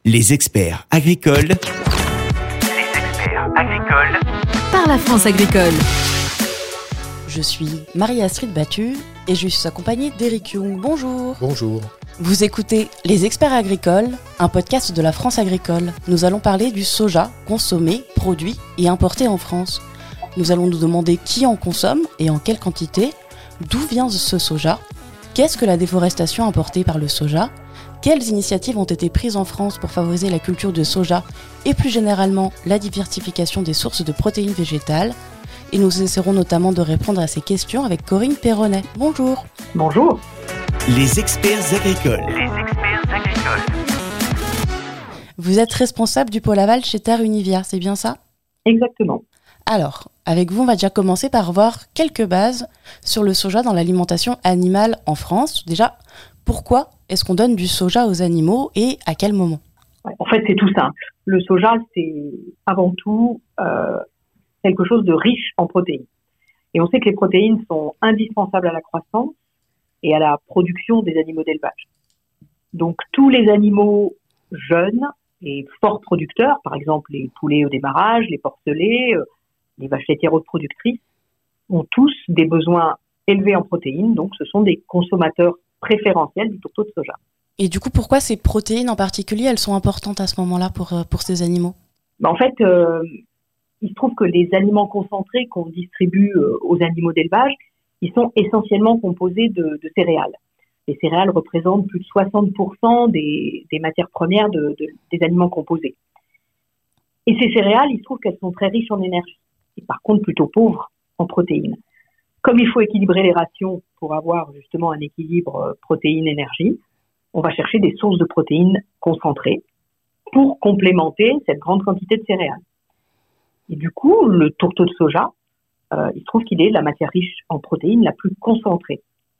Les experts agricoles. Par la France agricole. Je suis Marie-Astrid Battu et je suis accompagnée d'Éric Young. Bonjour. Bonjour. Vous écoutez Les experts agricoles, un podcast de la France agricole. Nous allons parler du soja consommé, produit et importé en France. Nous allons nous demander qui en consomme et en quelle quantité, d'où vient ce soja, qu'est-ce que la déforestation apportée par le soja, quelles initiatives ont été prises en France pour favoriser la culture de soja et plus généralement la diversification des sources de protéines végétales. Et nous essaierons notamment de répondre à ces questions avec Corinne Perronnet. Bonjour. Bonjour. Les experts agricoles. Vous êtes responsable du pôle aval chez Terre Univia, c'est bien ça ? Exactement. Alors, avec vous, on va déjà commencer par voir quelques bases sur le soja dans l'alimentation animale en France. Déjà, pourquoi est-ce qu'on donne du soja aux animaux et à quel moment ? En fait, c'est tout simple. Le soja, c'est avant tout quelque chose de riche en protéines. Et on sait que les protéines sont indispensables à la croissance et à la production des animaux d'élevage. Donc, tous les animaux jeunes et forts producteurs, par exemple les poulets au démarrage, les porcelets, les vaches laitières reproductrices, ont tous des besoins élevés en protéines. Donc, ce sont des consommateurs préférentiels du tourteau de soja. Et du coup, pourquoi ces protéines en particulier, elles sont importantes à ce moment-là pour ces animaux ? En fait, il se trouve que les aliments concentrés qu'on distribue aux animaux d'élevage, ils sont essentiellement composés de céréales. Les céréales représentent plus de 60% des matières premières des aliments composés. Et ces céréales, il se trouve qu'elles sont très riches en énergie, et par contre plutôt pauvres en protéines. Comme il faut équilibrer les rations pour avoir justement un équilibre protéines-énergie, on va chercher des sources de protéines concentrées pour complémenter cette grande quantité de céréales. Et du coup, le tourteau de soja, il se trouve qu'il est la matière riche en protéines la plus concentrée.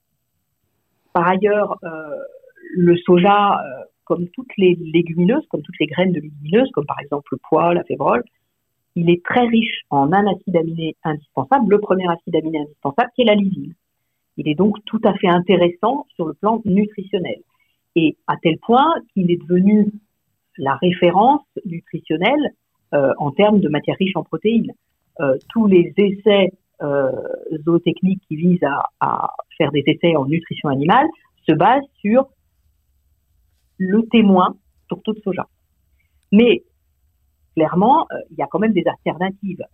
Par ailleurs, le soja, comme toutes les légumineuses, comme toutes les graines de légumineuses, comme par exemple le pois, la févrole, il est très riche en un acide aminé indispensable, le premier acide aminé indispensable, qui est la lysine. Il est donc tout à fait intéressant sur le plan nutritionnel. Et à tel point qu'il est devenu la référence nutritionnelle en termes de matière riche en protéines. Tous les essais zootechniques qui visent à faire des essais en nutrition animale se basent sur le témoin tourteau de soja. Mais clairement, il y a quand même des alternatives.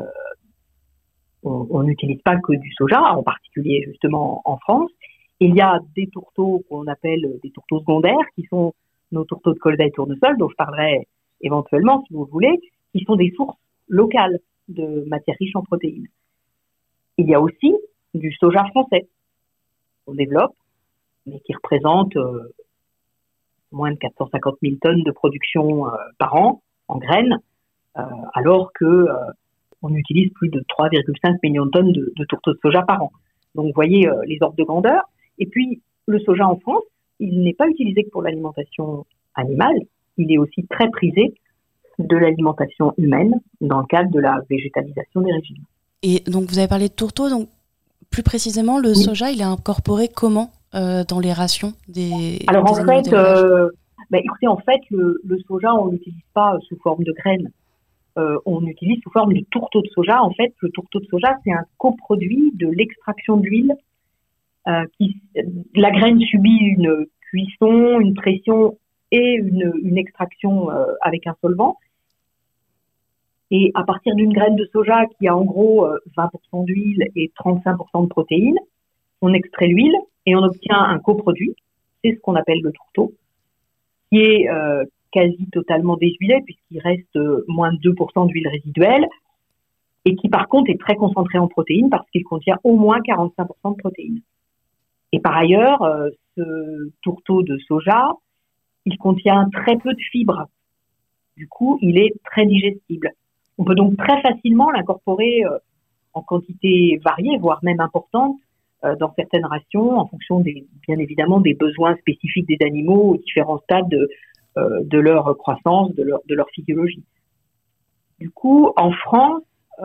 On n'utilise pas que du soja, en particulier justement en France. Il y a des tourteaux qu'on appelle des tourteaux secondaires, qui sont nos tourteaux de colza et tournesol, dont je parlerai éventuellement, si vous voulez, qui sont des sources locales de matières riches en protéines. Il y a aussi du soja français qu'on développe, mais qui représente moins de 450 000 tonnes de production par an en graines, alors que on utilise plus de 3,5 millions de tonnes de tourteaux de soja par an. Donc vous voyez les ordres de grandeur. Et puis le soja en France, il n'est pas utilisé que pour l'alimentation animale, il est aussi très prisé de l'alimentation humaine dans le cadre de la végétalisation des régimes. Et donc vous avez parlé de tourteaux, donc plus précisément le soja, il est incorporé comment dans les rations des Alors des en animaux fait, d'élevage ? écoutez, en fait le soja on l'utilise pas sous forme de graines. On l'utilise sous forme de tourteau de soja. En fait, le tourteau de soja, c'est un coproduit de l'extraction d'huile. La graine subit une cuisson, une pression et une extraction avec un solvant. Et à partir d'une graine de soja qui a en gros 20% d'huile et 35% de protéines, on extrait l'huile et on obtient un coproduit. C'est ce qu'on appelle le tourteau, qui est quasi totalement déshuilé puisqu'il reste moins de 2% d'huile résiduelle et qui par contre est très concentré en protéines parce qu'il contient au moins 45% de protéines. Et par ailleurs, ce tourteau de soja, il contient très peu de fibres. Du coup, il est très digestible. On peut donc très facilement l'incorporer en quantité variée, voire même importante, dans certaines rations, en fonction bien évidemment des besoins spécifiques des animaux aux différents stades de leur croissance, de leur physiologie. Du coup, en France,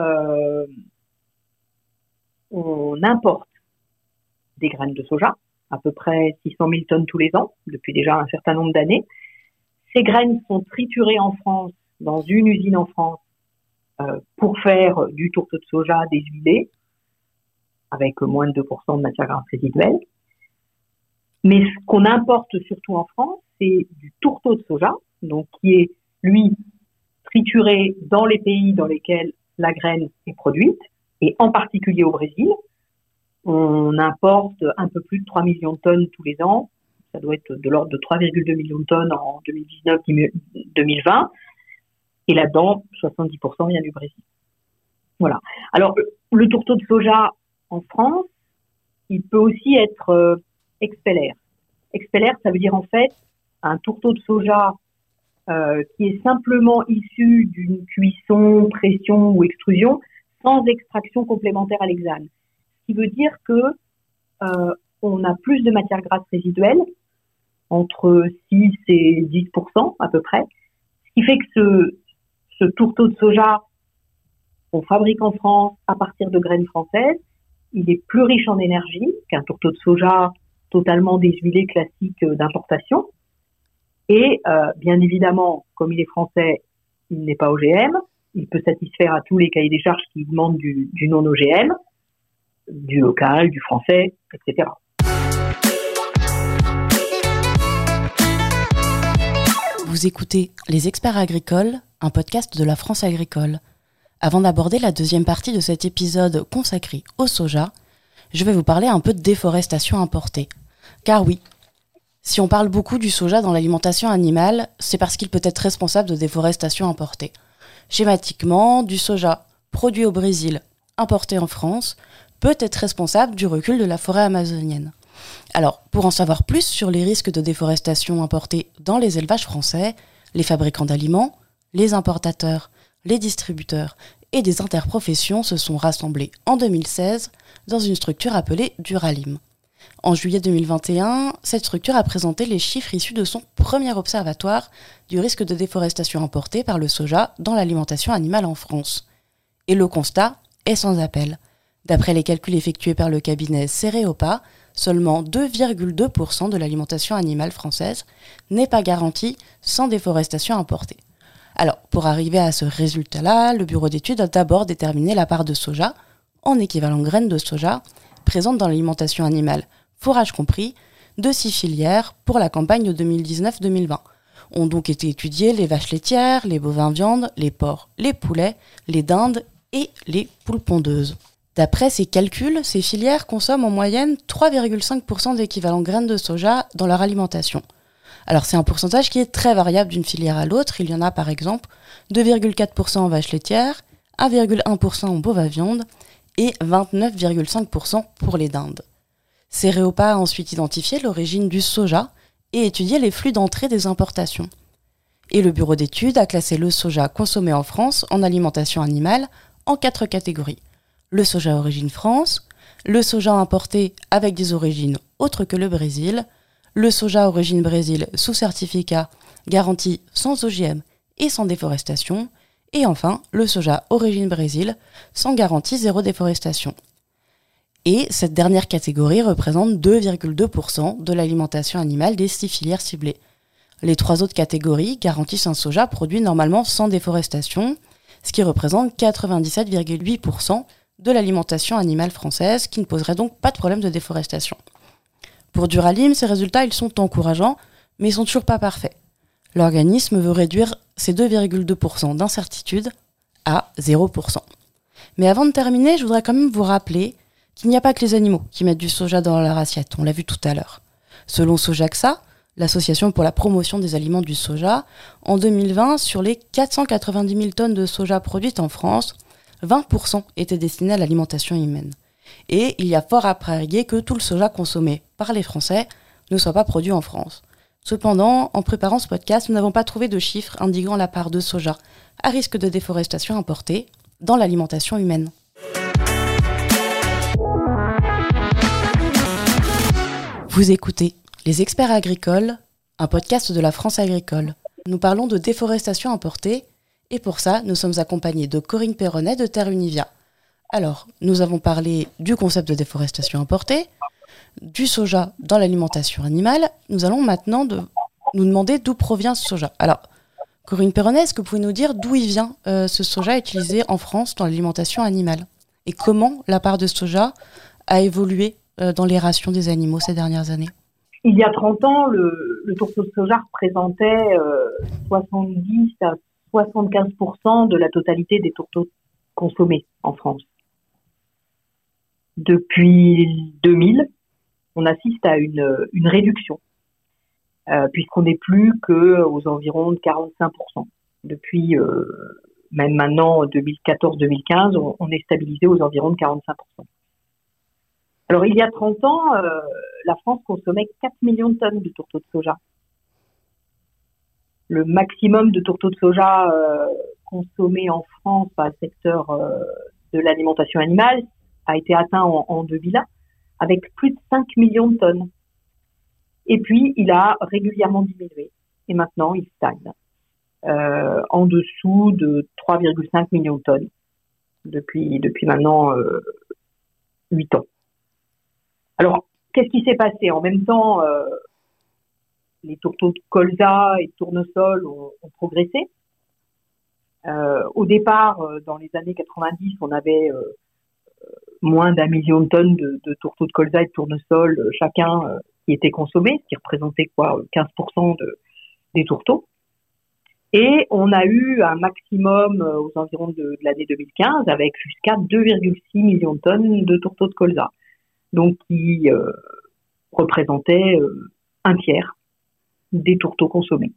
on importe des graines de soja, à peu près 600 000 tonnes tous les ans, depuis déjà un certain nombre d'années. Ces graines sont triturées en France, dans une usine en France, pour faire du tourteau de soja déshuilé, avec moins de 2% de matière grasse résiduelle. Mais ce qu'on importe surtout en France, c'est du tourteau de soja, donc qui est, lui, trituré dans les pays dans lesquels la graine est produite, et en particulier au Brésil. On importe un peu plus de 3 millions de tonnes tous les ans. Ça doit être de l'ordre de 3,2 millions de tonnes en 2019-2020. Et là-dedans, 70% vient du Brésil. Voilà. Alors, le tourteau de soja en France, il peut aussi être expeller. Expeller, ça veut dire en fait un tourteau de soja qui est simplement issu d'une cuisson, pression ou extrusion sans extraction complémentaire à l'hexane. Ce qui veut dire que on a plus de matière grasse résiduelle, entre 6 et 10% à peu près, ce qui fait que ce tourteau de soja qu'on fabrique en France à partir de graines françaises, il est plus riche en énergie qu'un tourteau de soja totalement déshuilé classique d'importation. Et bien évidemment, comme il est français, il n'est pas OGM. Il peut satisfaire à tous les cahiers des charges qui demandent du non-OGM, du local, du français, etc. Vous écoutez Les Experts Agricoles, un podcast de la France agricole. Avant d'aborder la deuxième partie de cet épisode consacré au soja, je vais vous parler un peu de déforestation importée. Car oui, si on parle beaucoup du soja dans l'alimentation animale, c'est parce qu'il peut être responsable de déforestation importée. Schématiquement, du soja produit au Brésil, importé en France, peut être responsable du recul de la forêt amazonienne. Alors, pour en savoir plus sur les risques de déforestation importée dans les élevages français, les fabricants d'aliments, les importateurs, les distributeurs et des interprofessions se sont rassemblés en 2016 dans une structure appelée Duralim. En juillet 2021, cette structure a présenté les chiffres issus de son premier observatoire du risque de déforestation importée par le soja dans l'alimentation animale en France. Et le constat est sans appel. D'après les calculs effectués par le cabinet Cereopa, seulement 2,2% de l'alimentation animale française n'est pas garantie sans déforestation importée. Alors, pour arriver à ce résultat-là, le bureau d'études a d'abord déterminé la part de soja, en équivalent graines de soja, présente dans l'alimentation animale, fourrage compris, de 6 filières pour la campagne de 2019-2020. Ont donc été étudiées les vaches laitières, les bovins viande, les porcs, les poulets, les dindes et les poules pondeuses. D'après ces calculs, ces filières consomment en moyenne 3,5% d'équivalent graines de soja dans leur alimentation. Alors c'est un pourcentage qui est très variable d'une filière à l'autre. Il y en a par exemple 2,4% en vaches laitières, 1,1% en bovins viande et 29,5% pour les dindes. Cereopa a ensuite identifié l'origine du soja et étudié les flux d'entrée des importations. Et le bureau d'études a classé le soja consommé en France en alimentation animale en 4 catégories. Le soja origine France, le soja importé avec des origines autres que le Brésil, le soja origine Brésil sous certificat garanti sans OGM et sans déforestation, et enfin le soja origine Brésil sans garantie zéro déforestation. Et cette dernière catégorie représente 2,2% de l'alimentation animale des 6 filières ciblées. Les 3 autres catégories garantissent un soja produit normalement sans déforestation, ce qui représente 97,8% de l'alimentation animale française, qui ne poserait donc pas de problème de déforestation. Pour Duralim, ces résultats ils sont encourageants, mais ils sont toujours pas parfaits. L'organisme veut réduire ces 2,2% d'incertitude à 0%. Mais avant de terminer, je voudrais quand même vous rappeler qu'il n'y a pas que les animaux qui mettent du soja dans leur assiette, on l'a vu tout à l'heure. Selon Sojaxa, l'association pour la promotion des aliments du soja, en 2020, sur les 490 000 tonnes de soja produites en France, 20% étaient destinés à l'alimentation humaine. Et il y a fort à parier que tout le soja consommé par les Français ne soit pas produit en France. Cependant, en préparant ce podcast, nous n'avons pas trouvé de chiffres indiquant la part de soja à risque de déforestation importée dans l'alimentation humaine. Vous écoutez Les Experts Agricoles, un podcast de la France agricole. Nous parlons de déforestation importée et pour ça, nous sommes accompagnés de Corinne Perronnet de Terre Univia. Alors, nous avons parlé du concept de déforestation importée, du soja dans l'alimentation animale. Nous allons maintenant nous demander d'où provient ce soja. Alors, Corinne Perronnet, est-ce que vous pouvez nous dire d'où il vient ce soja utilisé en France dans l'alimentation animale ? Et comment la part de soja a évolué dans les rations des animaux ces dernières années ? Il y a 30 ans, le tourteau de soja représentait 70 à 75% de la totalité des tourteaux consommés en France. Depuis 2000, on assiste à une réduction, puisqu'on n'est plus qu'aux environs de 45%. Depuis même maintenant 2014-2015, on est stabilisé aux environs de 45%. Alors il y a 30 ans, la France consommait 4 millions de tonnes de tourteaux de soja. Le maximum de tourteaux de soja consommés en France par le secteur de l'alimentation animale a été atteint en 2001 avec plus de 5 millions de tonnes. Et puis, il a régulièrement diminué. Et maintenant, il stagne en dessous de 3,5 millions de tonnes depuis maintenant 8 ans. Alors, qu'est-ce qui s'est passé ? En même temps, les tourteaux de colza et de tournesol ont progressé. Au départ, dans les années 90, on avait moins d'1 million de tonnes de tourteaux de colza et de tournesol chacun qui étaient consommés, ce qui représentait 15% des tourteaux. Et on a eu un maximum aux environs de l'année 2015 avec jusqu'à 2,6 millions de tonnes de tourteaux de colza, donc qui représentait un tiers des tourteaux consommés.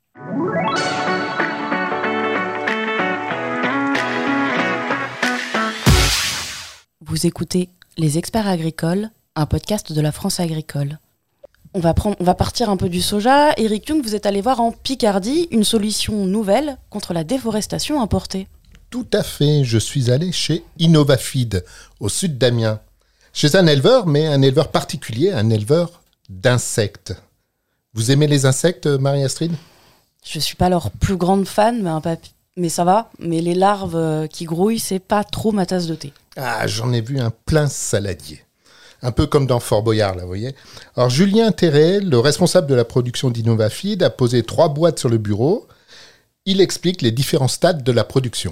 Vous écoutez Les Experts Agricoles, un podcast de la France agricole. On va partir un peu du soja. Éric Young, vous êtes allé voir en Picardie une solution nouvelle contre la déforestation importée. Tout à fait, je suis allé chez Innovafeed, au sud d'Amiens. Chez un éleveur, mais un éleveur particulier, un éleveur d'insectes. Vous aimez les insectes, Marie-Astrid ? Je ne suis pas leur plus grande fan, mais ça va. Mais les larves qui grouillent, c'est pas trop ma tasse de thé. Ah, j'en ai vu un plein saladier. Un peu comme dans Fort Boyard, là, vous voyez. Alors, Julien Terret, le responsable de la production d'Innovafeed, a posé 3 boîtes sur le bureau. Il explique les différents stades de la production.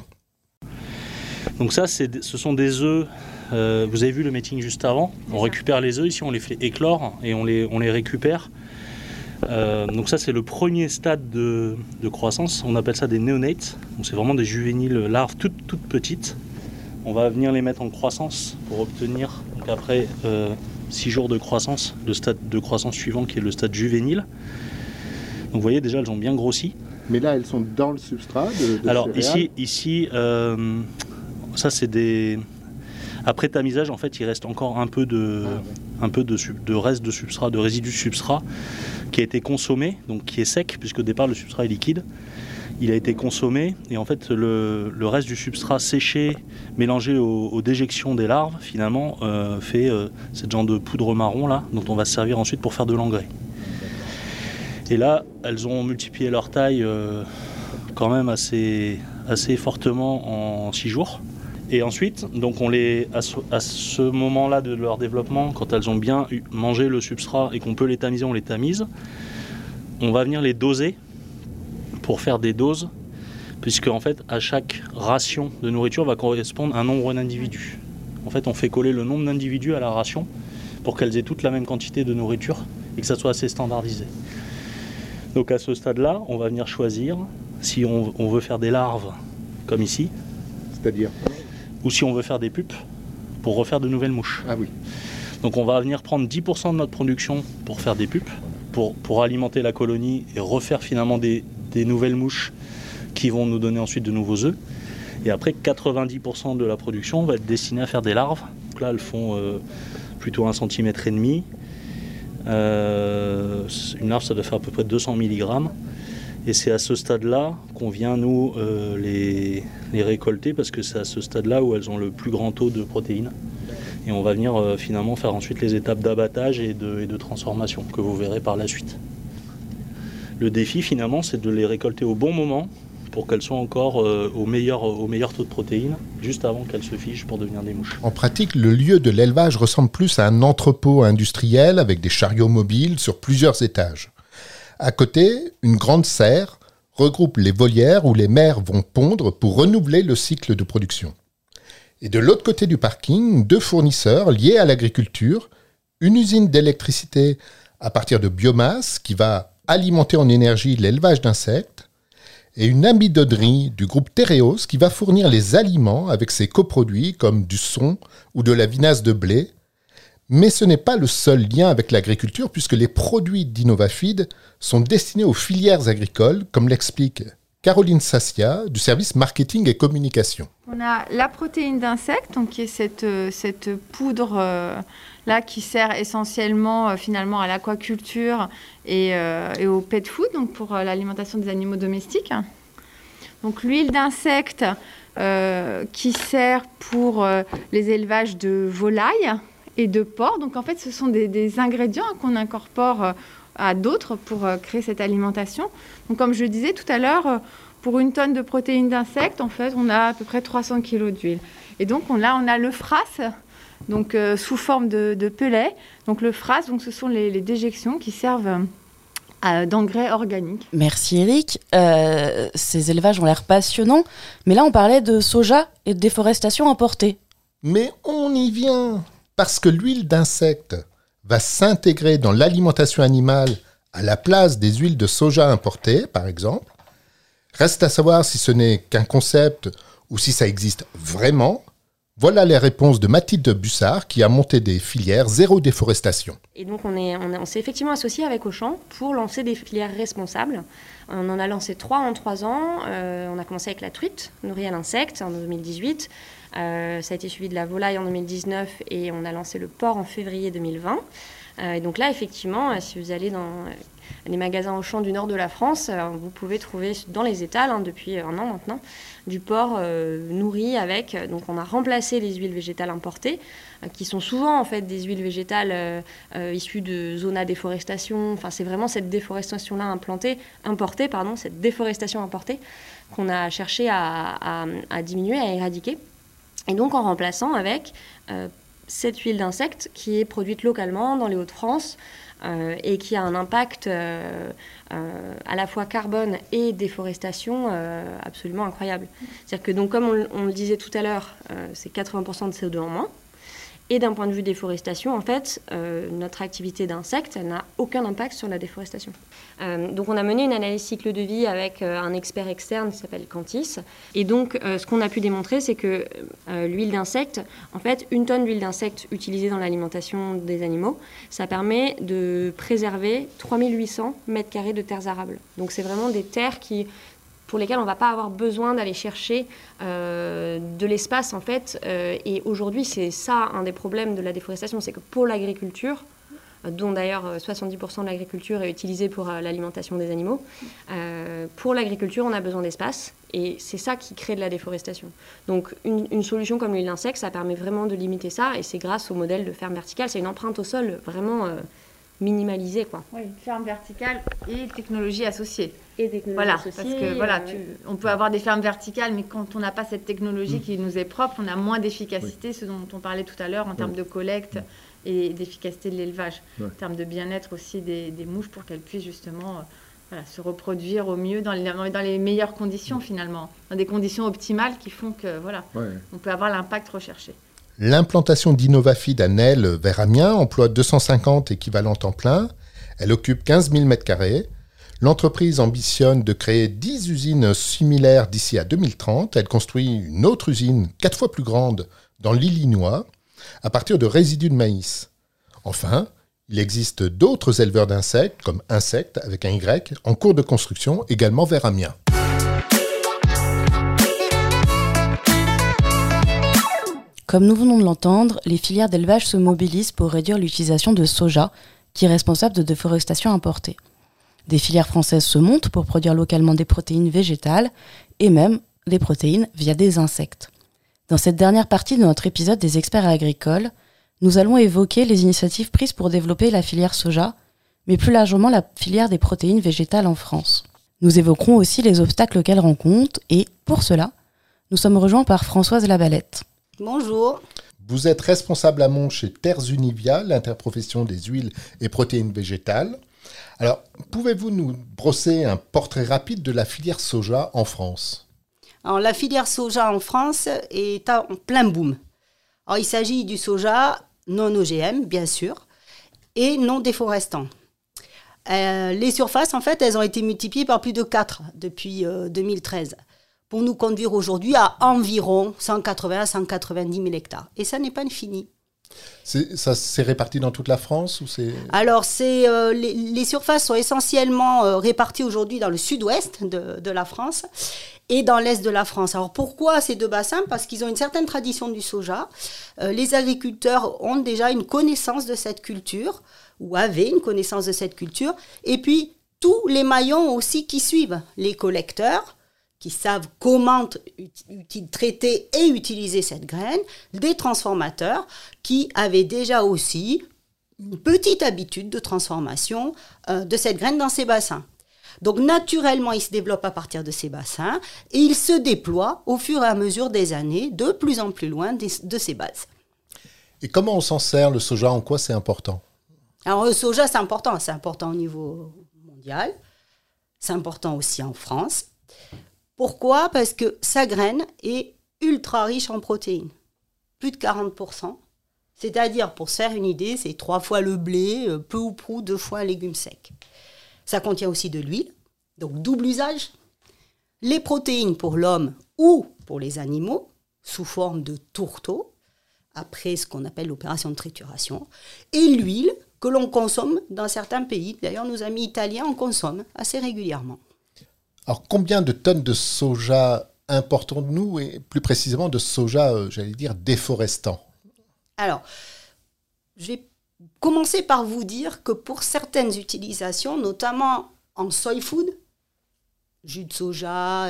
Donc ça, ce sont des œufs. Vous avez vu le mating juste avant. On récupère les œufs, ici on les fait éclore et on les récupère. Donc ça, c'est le premier stade de croissance. On appelle ça des néonates. Donc c'est vraiment des juvéniles larves toutes petites. On va venir les mettre en croissance pour obtenir, donc après 6 jours de croissance, le stade de croissance suivant qui est le stade juvénile. Donc vous voyez, déjà elles ont bien grossi. Mais là, elles sont dans le substrat de Alors céréales. ici ça c'est des... Après tamisage, en fait, il reste encore un peu de reste de substrat, de résidus de substrat qui a été consommé, donc qui est sec, puisque au départ le substrat est liquide. Il a été consommé et en fait le reste du substrat séché, mélangé aux déjections des larves, finalement fait cette genre de poudre marron là, dont on va se servir ensuite pour faire de l'engrais. Et là, elles ont multiplié leur taille quand même assez fortement en 6 jours. Et ensuite, donc à ce moment-là de leur développement, quand elles ont bien mangé le substrat et qu'on peut les tamiser, on les tamise. On va venir les doser pour faire des doses, puisque en fait, à chaque ration de nourriture va correspondre un nombre d'individus. En fait, on fait coller le nombre d'individus à la ration pour qu'elles aient toutes la même quantité de nourriture et que ça soit assez standardisé. Donc à ce stade-là, on va venir choisir si on veut faire des larves, comme ici. C'est-à-dire ? Ou si on veut faire des pupes pour refaire de nouvelles mouches. Ah oui. Donc on va venir prendre 10% de notre production pour faire des pupes, pour alimenter la colonie et refaire finalement des nouvelles mouches qui vont nous donner ensuite de nouveaux œufs. Et après, 90% de la production va être destinée à faire des larves. Donc là, elles font plutôt 1,5 cm. Une larve, ça doit faire à peu près 200 mg. Et c'est à ce stade-là qu'on vient, nous, les récolter, parce que c'est à ce stade-là où elles ont le plus grand taux de protéines. Et on va venir finalement faire ensuite les étapes d'abattage et de transformation, que vous verrez par la suite. Le défi, finalement, c'est de les récolter au bon moment, pour qu'elles soient encore au meilleur taux de protéines, juste avant qu'elles se figent pour devenir des mouches. En pratique, le lieu de l'élevage ressemble plus à un entrepôt industriel avec des chariots mobiles sur plusieurs étages. À côté, une grande serre regroupe les volières où les mères vont pondre pour renouveler le cycle de production. Et de l'autre côté du parking, 2 fournisseurs liés à l'agriculture, une usine d'électricité à partir de biomasse qui va alimenter en énergie l'élevage d'insectes, et une amidonnerie du groupe Tereos qui va fournir les aliments avec ses coproduits comme du son ou de la vinasse de blé. Mais ce n'est pas le seul lien avec l'agriculture puisque les produits d'Innovafeed sont destinés aux filières agricoles, comme l'explique Caroline Sassia du service marketing et communication. On a la protéine d'insecte, donc qui est cette poudre là qui sert essentiellement finalement à l'aquaculture et au pet food, donc pour l'alimentation des animaux domestiques. Donc l'huile d'insecte qui sert pour les élevages de volailles et de porcs. Donc en fait, ce sont des ingrédients qu'on incorpore à d'autres pour créer cette alimentation. Donc comme je le disais tout à l'heure, pour 1 tonne de protéines d'insectes, en fait, on a à peu près 300 kg d'huile. Et donc on a le frasse, donc sous forme de pellet. Donc le frasse, donc ce sont les déjections qui servent d'engrais organiques. Merci Eric. Ces élevages ont l'air passionnants, mais là on parlait de soja et de déforestation importée. Mais on y vient, parce que l'huile d'insecte va s'intégrer dans l'alimentation animale à la place des huiles de soja importées, par exemple. Reste à savoir si ce n'est qu'un concept ou si ça existe vraiment. Voilà les réponses de Mathilde Bussard qui a monté des filières zéro déforestation. Et donc on s'est effectivement associé avec Auchan pour lancer des filières responsables. On en a lancé 3 en 3 ans. On a commencé avec la truite, nourrie à l'insecte, en 2018. Ça a été suivi de la volaille en 2019 et on a lancé le porc en février 2020. Et donc là, effectivement, si vous allez dans les magasins Auchan du nord de la France, vous pouvez trouver dans les étals, depuis 1 an maintenant, du porc nourri avec... Donc on a remplacé les huiles végétales importées, qui sont souvent en fait des huiles végétales issues de zones à déforestation. Enfin, c'est vraiment cette déforestation-là cette déforestation importée qu'on a cherché à diminuer, à éradiquer. Et donc en remplaçant avec cette huile d'insecte qui est produite localement dans les Hauts-de-France et qui a un impact à la fois carbone et déforestation absolument incroyable. C'est-à-dire que donc, comme on le disait tout à l'heure, c'est 80% de CO2 en moins. Et d'un point de vue déforestation, en fait, notre activité d'insecte, elle n'a aucun impact sur la déforestation. Donc on a mené une analyse cycle de vie avec un expert externe qui s'appelle Cantis. Et donc ce qu'on a pu démontrer, c'est que l'huile d'insecte, en fait, 1 tonne d'huile d'insecte utilisée dans l'alimentation des animaux, ça permet de préserver 3800 mètres carrés de terres arables. Donc c'est vraiment des terres pour lesquels on ne va pas avoir besoin d'aller chercher de l'espace, en fait. Et aujourd'hui, c'est ça, un des problèmes de la déforestation, c'est que pour l'agriculture, dont d'ailleurs 70% de l'agriculture est utilisée pour l'alimentation des animaux, pour l'agriculture, on a besoin d'espace. Et c'est ça qui crée de la déforestation. Donc une solution comme l'huile d'insecte, ça permet vraiment de limiter ça. Et c'est grâce au modèle de ferme verticale. C'est une empreinte au sol vraiment minimalisée, quoi. Oui, ferme verticale et technologie associée. Parce que on peut avoir des fermes verticales, mais quand on n'a pas cette technologie qui nous est propre, on a moins d'efficacité, ce dont on parlait tout à l'heure en termes de collecte et d'efficacité de l'élevage, en termes de bien-être aussi des mouches pour qu'elles puissent justement se reproduire au mieux dans les meilleures conditions finalement, dans des conditions optimales qui font que on peut avoir l'impact recherché. L'implantation d'Innovafeed à Nesle vers Amiens emploie 250 équivalents temps plein. Elle occupe 15 000 m². L'entreprise ambitionne de créer 10 usines similaires d'ici à 2030. Elle construit une autre usine 4 fois plus grande dans l'Illinois à partir de résidus de maïs. Enfin, il existe d'autres éleveurs d'insectes, comme Insectes avec un Y, en cours de construction également vers Amiens. Comme nous venons de l'entendre, les filières d'élevage se mobilisent pour réduire l'utilisation de soja, qui est responsable de déforestation importée. Des filières françaises se montent pour produire localement des protéines végétales et même des protéines via des insectes. Dans cette dernière partie de notre épisode des experts agricoles, nous allons évoquer les initiatives prises pour développer la filière soja, mais plus largement la filière des protéines végétales en France. Nous évoquerons aussi les obstacles qu'elle rencontre et, pour cela, nous sommes rejoints par Françoise Labalette. Bonjour. Vous êtes responsable amont chez Terres Univia, l'interprofession des huiles et protéines végétales. Alors, pouvez-vous nous brosser un portrait rapide de la filière soja en France ? Alors, la filière soja en France est en plein boom. Alors, il s'agit du soja non OGM, bien sûr, et non déforestant. Les surfaces, en fait, elles ont été multipliées par plus de 4 depuis 2013, pour nous conduire aujourd'hui à environ 180 à 190 000 hectares. Et ça n'est pas fini. Ça s'est réparti dans toute la France ou c'est... Alors, les surfaces sont essentiellement réparties aujourd'hui dans le sud-ouest de la France et dans l'est de la France. Alors, pourquoi ces deux bassins ? Parce qu'ils ont une certaine tradition du soja. Les agriculteurs ont déjà une connaissance de cette culture, ou avaient une connaissance de cette culture. Et puis, tous les maillons aussi qui suivent, les collecteurs, qui savent comment traiter et utiliser cette graine, des transformateurs qui avaient déjà aussi une petite habitude de transformation de cette graine dans ces bassins. Donc naturellement, ils se développent à partir de ces bassins et ils se déploient au fur et à mesure des années de plus en plus loin de ces bases. Et comment on s'en sert, le soja ? En quoi c'est important ? Alors le soja, c'est important au niveau mondial, c'est important aussi en France. Pourquoi ? Parce que sa graine est ultra riche en protéines, plus de 40%. C'est-à-dire, pour se faire une idée, c'est 3 fois le blé, peu ou prou 2 fois un légume sec. Ça contient aussi de l'huile, donc double usage. Les protéines pour l'homme ou pour les animaux, sous forme de tourteaux, après ce qu'on appelle l'opération de trituration. Et l'huile que l'on consomme dans certains pays. D'ailleurs, nos amis italiens en consomment assez régulièrement. Alors, combien de tonnes de soja importons-nous et plus précisément de soja, déforestant ? Alors, je vais commencer par vous dire que pour certaines utilisations, notamment en soy food, jus de soja,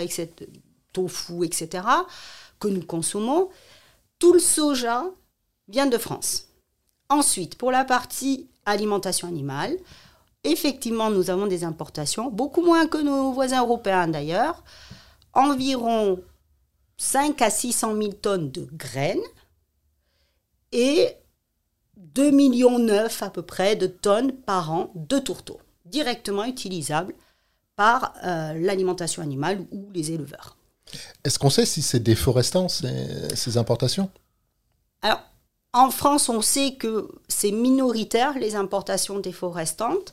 tofu, etc., que nous consommons, tout le soja vient de France. Ensuite, pour la partie alimentation animale, effectivement, nous avons des importations, beaucoup moins que nos voisins européens d'ailleurs, environ 5 à 600 000 tonnes de graines et 2,9 millions à peu près de tonnes par an de tourteaux, directement utilisables par l'alimentation animale ou les éleveurs. Est-ce qu'on sait si c'est déforestant, ces importations ? Alors, en France, on sait que c'est minoritaire, les importations déforestantes.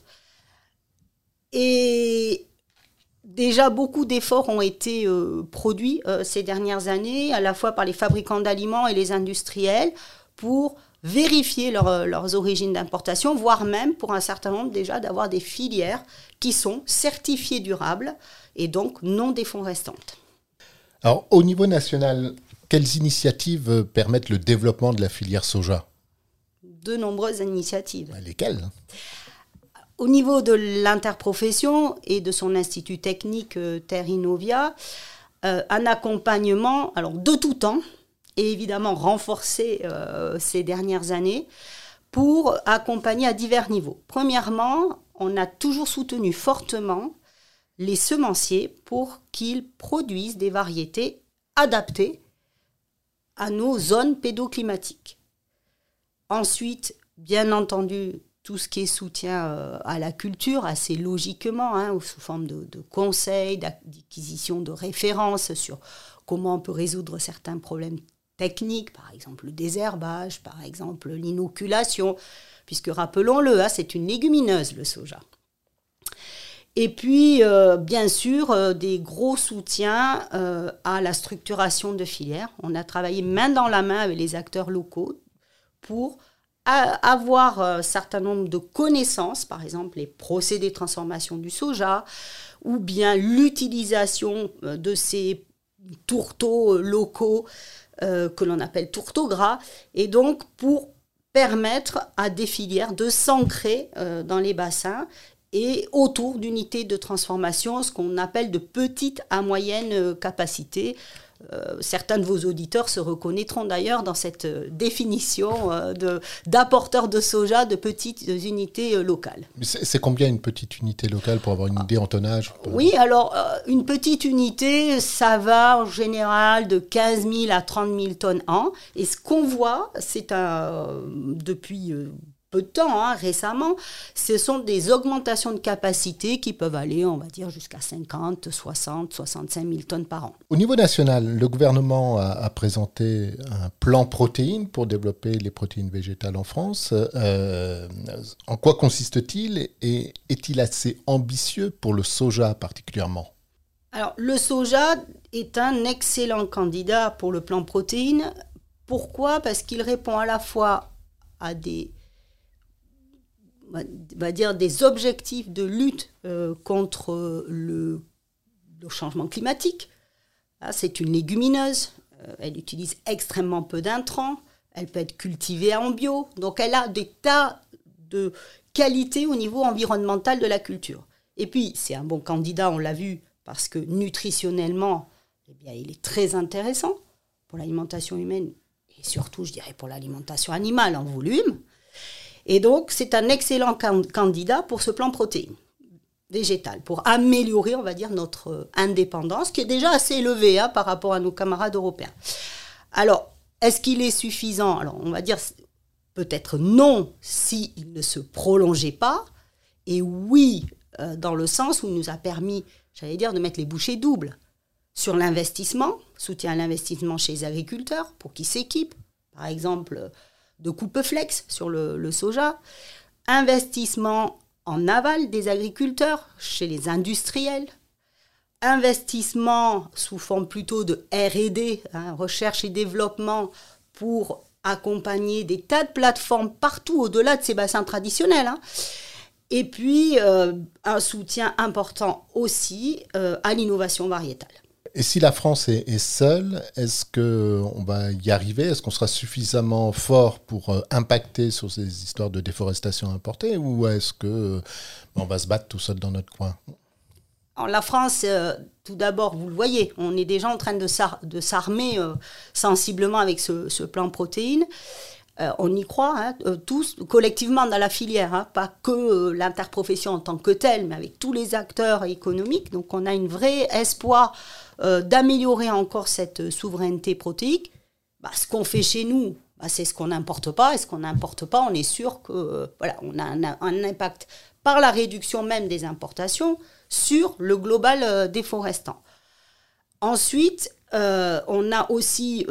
Et déjà, beaucoup d'efforts ont été produits ces dernières années, à la fois par les fabricants d'aliments et les industriels, pour vérifier leurs origines d'importation, voire même, pour un certain nombre déjà, d'avoir des filières qui sont certifiées durables et donc non déforestantes. Alors, au niveau national, quelles initiatives permettent le développement de la filière soja ? De nombreuses initiatives. Lesquelles ? Au niveau de l'interprofession et de son institut technique Terre Innovia, un accompagnement de tout temps, et évidemment renforcé ces dernières années, pour accompagner à divers niveaux. Premièrement, on a toujours soutenu fortement les semenciers pour qu'ils produisent des variétés adaptées à nos zones pédoclimatiques. Ensuite, bien entendu, tout ce qui est soutien à la culture, assez logiquement, sous forme de conseils, d'acquisition de références sur comment on peut résoudre certains problèmes techniques, par exemple le désherbage, par exemple l'inoculation, puisque rappelons-le, c'est une légumineuse, le soja. Et puis, bien sûr, des gros soutiens à la structuration de filières. On a travaillé main dans la main avec les acteurs locaux pour avoir un certain nombre de connaissances, par exemple les procédés de transformation du soja, ou bien l'utilisation de ces tourteaux locaux que l'on appelle tourteaux gras, et donc pour permettre à des filières de s'ancrer dans les bassins et autour d'unités de transformation, ce qu'on appelle de petites à moyennes capacités. Certains de vos auditeurs se reconnaîtront d'ailleurs dans cette définition d'apporteurs de soja de petites unités locales. Mais c'est combien une petite unité locale pour avoir une idée en tonnage ? Oui, alors une petite unité, ça va en général de 15 000 à 30 000 tonnes an. Et ce qu'on voit, c'est depuis peu de temps, récemment, ce sont des augmentations de capacité qui peuvent aller, on va dire, jusqu'à 50, 60, 65 000 tonnes par an. Au niveau national, le gouvernement a présenté un plan protéines pour développer les protéines végétales en France. En quoi consiste-t-il et est-il assez ambitieux pour le soja particulièrement ? Alors, le soja est un excellent candidat pour le plan protéines. Pourquoi ? Parce qu'il répond à la fois à des objectifs de lutte contre le changement climatique. Là, c'est une légumineuse, elle utilise extrêmement peu d'intrants, elle peut être cultivée en bio, donc elle a des tas de qualités au niveau environnemental de la culture. Et puis, c'est un bon candidat, on l'a vu, parce que nutritionnellement, il est très intéressant pour l'alimentation humaine et surtout, je dirais, pour l'alimentation animale en volume. Et donc, c'est un excellent candidat pour ce plan protéines végétales, pour améliorer, on va dire, notre indépendance, qui est déjà assez élevée par rapport à nos camarades européens. Alors, est-ce qu'il est suffisant ? Alors, on va dire peut-être non, s'il ne se prolongeait pas, et oui, dans le sens où il nous a permis, j'allais dire, de mettre les bouchées doubles sur l'investissement, soutien à l'investissement chez les agriculteurs pour qu'ils s'équipent, par exemple, de coupe flex sur le soja, investissement en aval des agriculteurs chez les industriels, investissement sous forme plutôt de R&D, recherche et développement, pour accompagner des tas de plateformes partout au-delà de ces bassins traditionnels. Et puis, un soutien important aussi à l'innovation variétale. Et si la France est seule, est-ce qu'on va y arriver ? Est-ce qu'on sera suffisamment fort pour impacter sur ces histoires de déforestation importée ? Ou est-ce qu'on va se battre tout seul dans notre coin ? Alors, la France, tout d'abord, vous le voyez, on est déjà en train de s'armer sensiblement avec ce plan protéines. On y croit, tous, collectivement dans la filière, pas que l'interprofession en tant que telle, mais avec tous les acteurs économiques. Donc on a un vrai espoir d'améliorer encore cette souveraineté protéique. Ce qu'on fait chez nous, c'est ce qu'on n'importe pas. Et ce qu'on n'importe pas, on est sûr que on a un impact par la réduction même des importations sur le global déforestant. Ensuite, on a aussi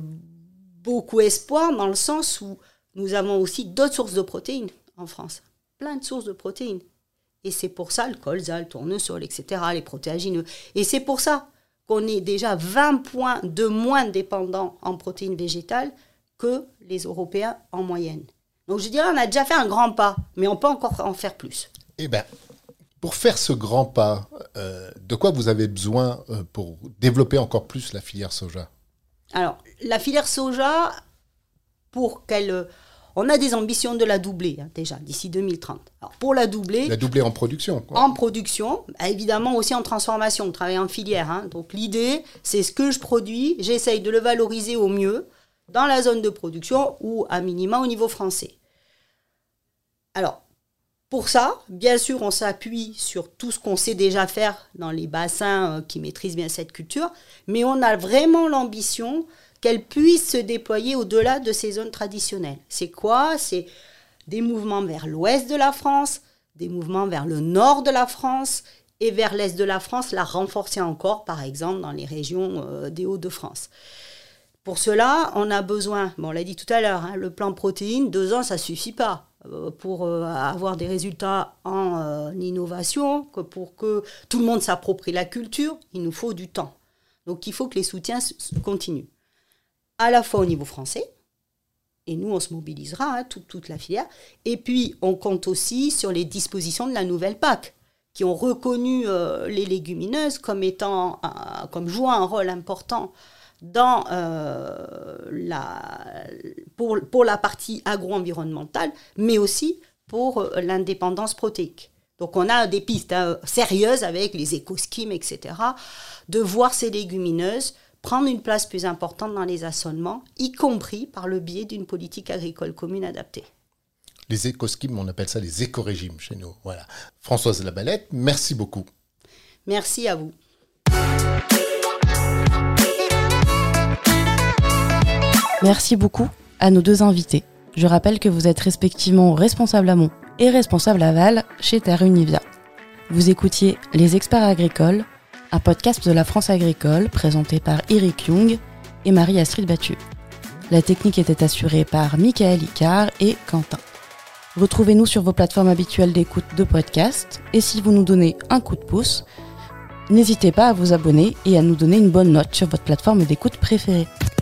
beaucoup espoir dans le sens où nous avons aussi d'autres sources de protéines en France. Plein de sources de protéines. Et c'est pour ça le colza, le tournesol, etc., les protéagineux. Et c'est pour ça qu'on est déjà 20 points de moins dépendants en protéines végétales que les Européens en moyenne. Donc je dirais on a déjà fait un grand pas, mais on peut encore en faire plus. Eh bien, pour faire ce grand pas, de quoi vous avez besoin pour développer encore plus la filière soja ? Alors, la filière soja, on a des ambitions de la doubler, déjà, d'ici 2030. Alors, pour la doubler... La doubler en production, quoi. En production, évidemment aussi en transformation, on travaille en filière. Donc, l'idée, c'est ce que je produis, j'essaye de le valoriser au mieux dans la zone de production ou, à minima, au niveau français. Alors, pour ça, bien sûr, on s'appuie sur tout ce qu'on sait déjà faire dans les bassins qui maîtrisent bien cette culture, mais on a vraiment l'ambition qu'elle puisse se déployer au-delà de ces zones traditionnelles. C'est quoi ? C'est des mouvements vers l'ouest de la France, des mouvements vers le nord de la France, et vers l'est de la France, la renforcer encore, par exemple, dans les régions des Hauts-de-France. Pour cela, on a besoin, on l'a dit tout à l'heure, le plan protéines, 2 ans, ça ne suffit pas. Pour avoir des résultats en innovation, pour que tout le monde s'approprie la culture, il nous faut du temps. Donc il faut que les soutiens continuent. À la fois au niveau français, et nous on se mobilisera, toute la filière, et puis on compte aussi sur les dispositions de la nouvelle PAC, qui ont reconnu les légumineuses comme jouant un rôle important dans pour la partie agro-environnementale, mais aussi pour l'indépendance protéique. Donc on a des pistes sérieuses avec les éco-schemes, etc., de voir ces légumineuses prendre une place plus importante dans les assolements, y compris par le biais d'une politique agricole commune adaptée. Les éco-schemes, on appelle ça les éco-régimes chez nous. Voilà. Françoise Labalette, merci beaucoup. Merci à vous. Merci beaucoup à nos 2 invités. Je rappelle que vous êtes respectivement responsable amont et responsable aval chez Terre Univia. Vous écoutiez Les Experts Agricoles, un podcast de la France Agricole présenté par Eric Young et Marie-Astrid Battu. La technique était assurée par Michael Icard et Quentin. Retrouvez-nous sur vos plateformes habituelles d'écoute de podcast et si vous nous donnez un coup de pouce, n'hésitez pas à vous abonner et à nous donner une bonne note sur votre plateforme d'écoute préférée.